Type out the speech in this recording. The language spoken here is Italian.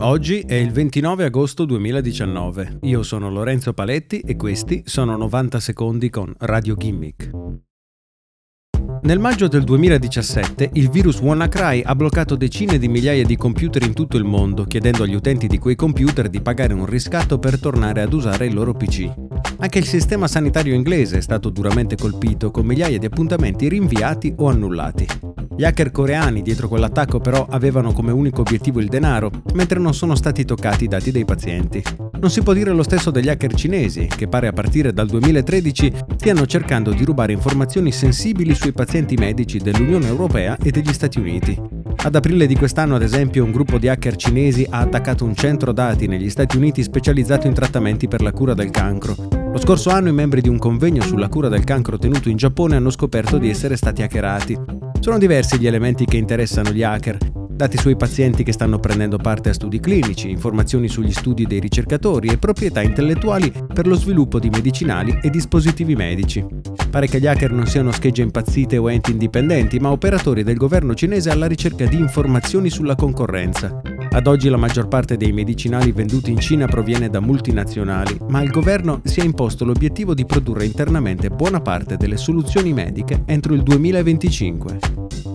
Oggi è il 29 agosto 2019. Io sono Lorenzo Paletti e questi sono 90 secondi con Radio Gimmick. Nel maggio del 2017 il virus WannaCry ha bloccato decine di migliaia di computer in tutto il mondo, chiedendo agli utenti di quei computer di pagare un riscatto per tornare ad usare il loro PC. Anche il sistema sanitario inglese è stato duramente colpito, con migliaia di appuntamenti rinviati o annullati. Gli hacker coreani dietro quell'attacco però avevano come unico obiettivo il denaro, mentre non sono stati toccati i dati dei pazienti. Non si può dire lo stesso degli hacker cinesi, che pare a partire dal 2013 stiano cercando di rubare informazioni sensibili sui pazienti medici dell'Unione Europea e degli Stati Uniti. Ad aprile di quest'anno, ad esempio, un gruppo di hacker cinesi ha attaccato un centro dati negli Stati Uniti specializzato in trattamenti per la cura del cancro. Lo scorso anno i membri di un convegno sulla cura del cancro tenuto in Giappone hanno scoperto di essere stati hackerati. Sono diversi gli elementi che interessano gli hacker: dati sui pazienti che stanno prendendo parte a studi clinici, informazioni sugli studi dei ricercatori e proprietà intellettuali per lo sviluppo di medicinali e dispositivi medici. Pare che gli hacker non siano schegge impazzite o enti indipendenti, ma operatori del governo cinese alla ricerca di informazioni sulla concorrenza. Ad oggi la maggior parte dei medicinali venduti in Cina proviene da multinazionali, ma il governo si è imposto l'obiettivo di produrre internamente buona parte delle soluzioni mediche entro il 2025.